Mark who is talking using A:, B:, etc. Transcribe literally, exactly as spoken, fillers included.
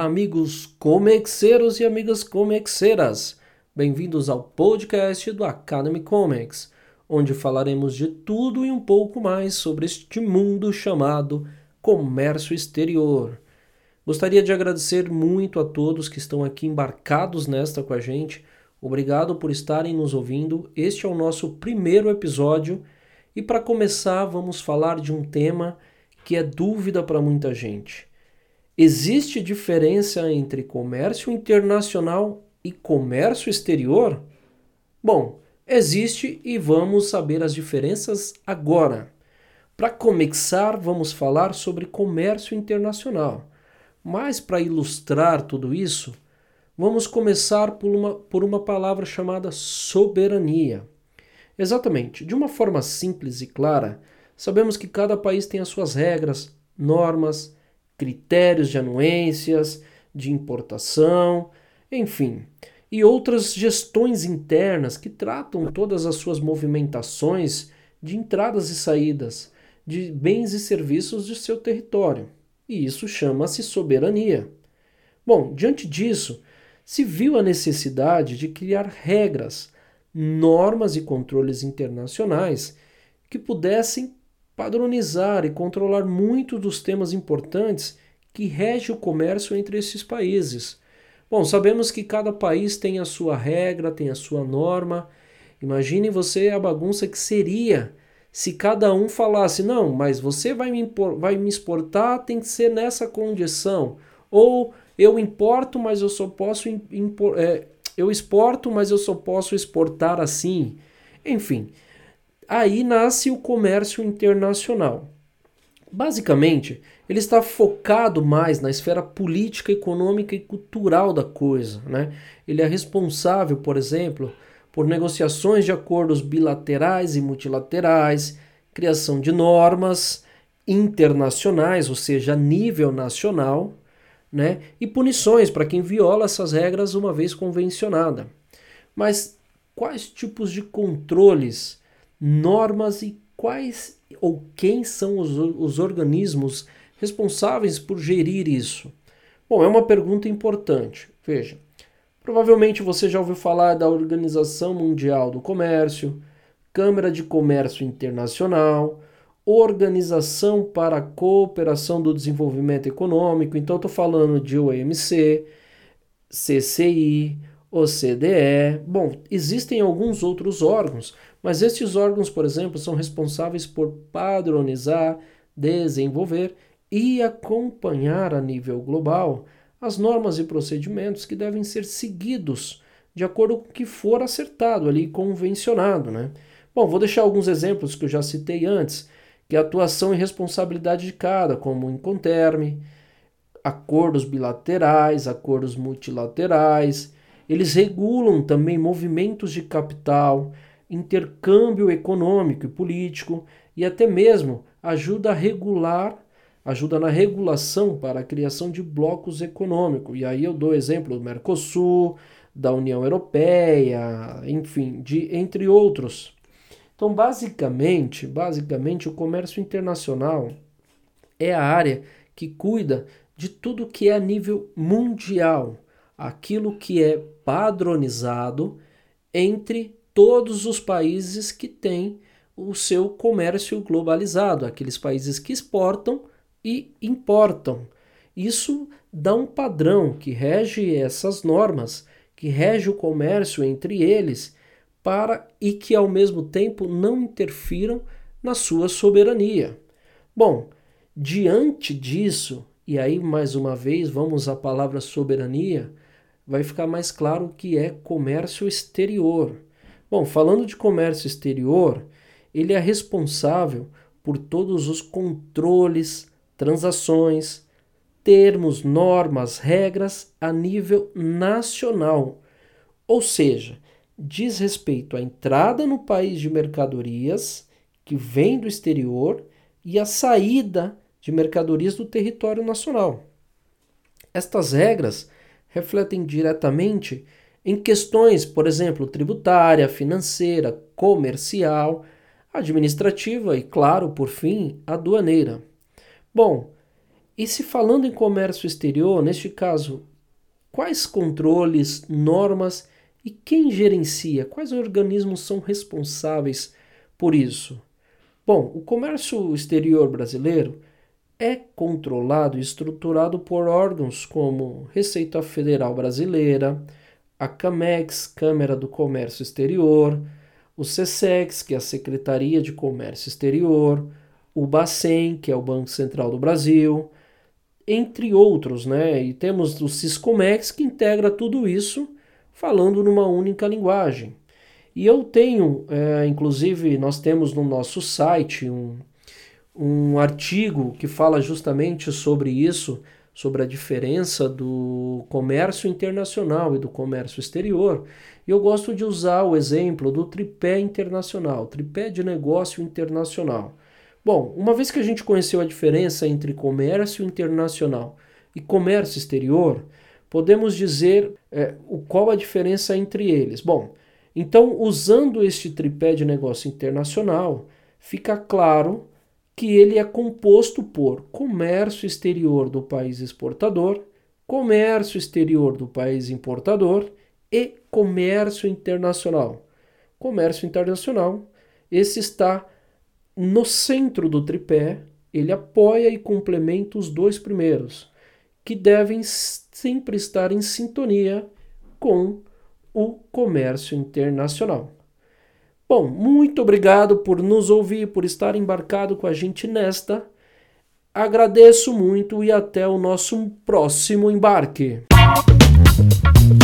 A: Olá, amigos comexeiros e amigas comexeiras. Bem-vindos ao podcast do Academy Comex, onde falaremos de tudo e um pouco mais sobre este mundo chamado comércio exterior. Gostaria de agradecer muito a todos que estão aqui embarcados nesta com a gente. Obrigado por estarem nos ouvindo. Este é o nosso primeiro episódio e para começar vamos falar de um tema que é dúvida para muita gente. Existe diferença entre comércio internacional e comércio exterior? Bom, existe e vamos saber as diferenças agora. Para começar, vamos falar sobre comércio internacional. Mas para ilustrar tudo isso, vamos começar por uma, por uma palavra chamada soberania. Exatamente, de uma forma simples e clara, sabemos que cada país tem as suas regras, normas, critérios de anuências, de importação, enfim, e outras gestões internas que tratam todas as suas movimentações de entradas e saídas de bens e serviços de seu território. E isso chama-se soberania. Bom, diante disso, se viu a necessidade de criar regras, normas e controles internacionais que pudessem padronizar e controlar muitos dos temas importantes que regem o comércio entre esses países. Bom, sabemos que cada país tem a sua regra, tem a sua norma. Imagine você a bagunça que seria se cada um falasse, não, mas você vai me, impor, vai me exportar, tem que ser nessa condição. Ou eu importo, mas eu só posso impor, é, eu exporto, mas eu só posso exportar assim. Enfim, aí nasce o comércio internacional. Basicamente, ele está focado mais na esfera política, econômica e cultural da coisa, né? Ele é responsável, por exemplo, por negociações de acordos bilaterais e multilaterais, criação de normas internacionais, ou seja, a nível nacional, né? E punições para quem viola essas regras uma vez convencionada. Mas quais tipos de controles, normas e quais ou quem são os, os organismos responsáveis por gerir isso? Bom, é uma pergunta importante. Veja, provavelmente você já ouviu falar da Organização Mundial do Comércio, Câmara de Comércio Internacional, Organização para a Cooperação do Desenvolvimento Econômico, então estou falando de O M C, C C I, O C D E. Bom, existem alguns outros órgãos, mas estes órgãos, por exemplo, são responsáveis por padronizar, desenvolver e acompanhar a nível global as normas e procedimentos que devem ser seguidos de acordo com o que for acertado ali, convencionado, né? Bom, vou deixar alguns exemplos que eu já citei antes, que é a atuação e responsabilidade de cada, como o Incoterm, acordos bilaterais, acordos multilaterais. Eles regulam também movimentos de capital, intercâmbio econômico e político e até mesmo ajuda a regular, ajuda na regulação para a criação de blocos econômicos. E aí eu dou exemplo do Mercosul, da União Europeia, enfim, de, entre outros. Então, basicamente, basicamente, o comércio internacional é a área que cuida de tudo que é a nível mundial, aquilo que é padronizado entre todos os países que têm o seu comércio globalizado, aqueles países que exportam e importam. Isso dá um padrão que rege essas normas, que rege o comércio entre eles, para e que ao mesmo tempo não interfiram na sua soberania. Bom, diante disso, e aí mais uma vez vamos à palavra soberania, vai ficar mais claro o que é comércio exterior. Bom, falando de comércio exterior, ele é responsável por todos os controles, transações, termos, normas, regras a nível nacional. Ou seja, diz respeito à entrada no país de mercadorias que vêm do exterior e à saída de mercadorias do território nacional. Estas regras refletem diretamente em questões, por exemplo, tributária, financeira, comercial, administrativa e, claro, por fim, aduaneira. Bom, E se falando em comércio exterior, neste caso, quais controles, normas e quem gerencia? Quais organismos são responsáveis por isso? Bom, o comércio exterior brasileiro é controlado e estruturado por órgãos como Receita Federal Brasileira, a CAMEX, Câmara do Comércio Exterior, o SESEX, que é a Secretaria de Comércio Exterior, o Bacen, que é o Banco Central do Brasil, entre outros, né? E temos o Siscomex, que integra tudo isso, falando numa única linguagem. E eu tenho, é, inclusive, nós temos no nosso site um, um artigo que fala justamente sobre isso, sobre a diferença do comércio internacional e do comércio exterior. E eu gosto de usar o exemplo do tripé internacional, tripé de negócio internacional. Bom, uma vez que a gente conheceu a diferença entre comércio internacional e comércio exterior, podemos dizer é, o, qual a diferença entre eles. Bom, então, usando este tripé de negócio internacional, fica claro que ele é composto por comércio exterior do país exportador, comércio exterior do país importador e comércio internacional. Comércio internacional, esse está no centro do tripé, ele apoia e complementa os dois primeiros, que devem sempre estar em sintonia com o comércio internacional. Bom, muito obrigado por nos ouvir, por estar embarcado com a gente nesta. Agradeço muito e até o nosso próximo embarque.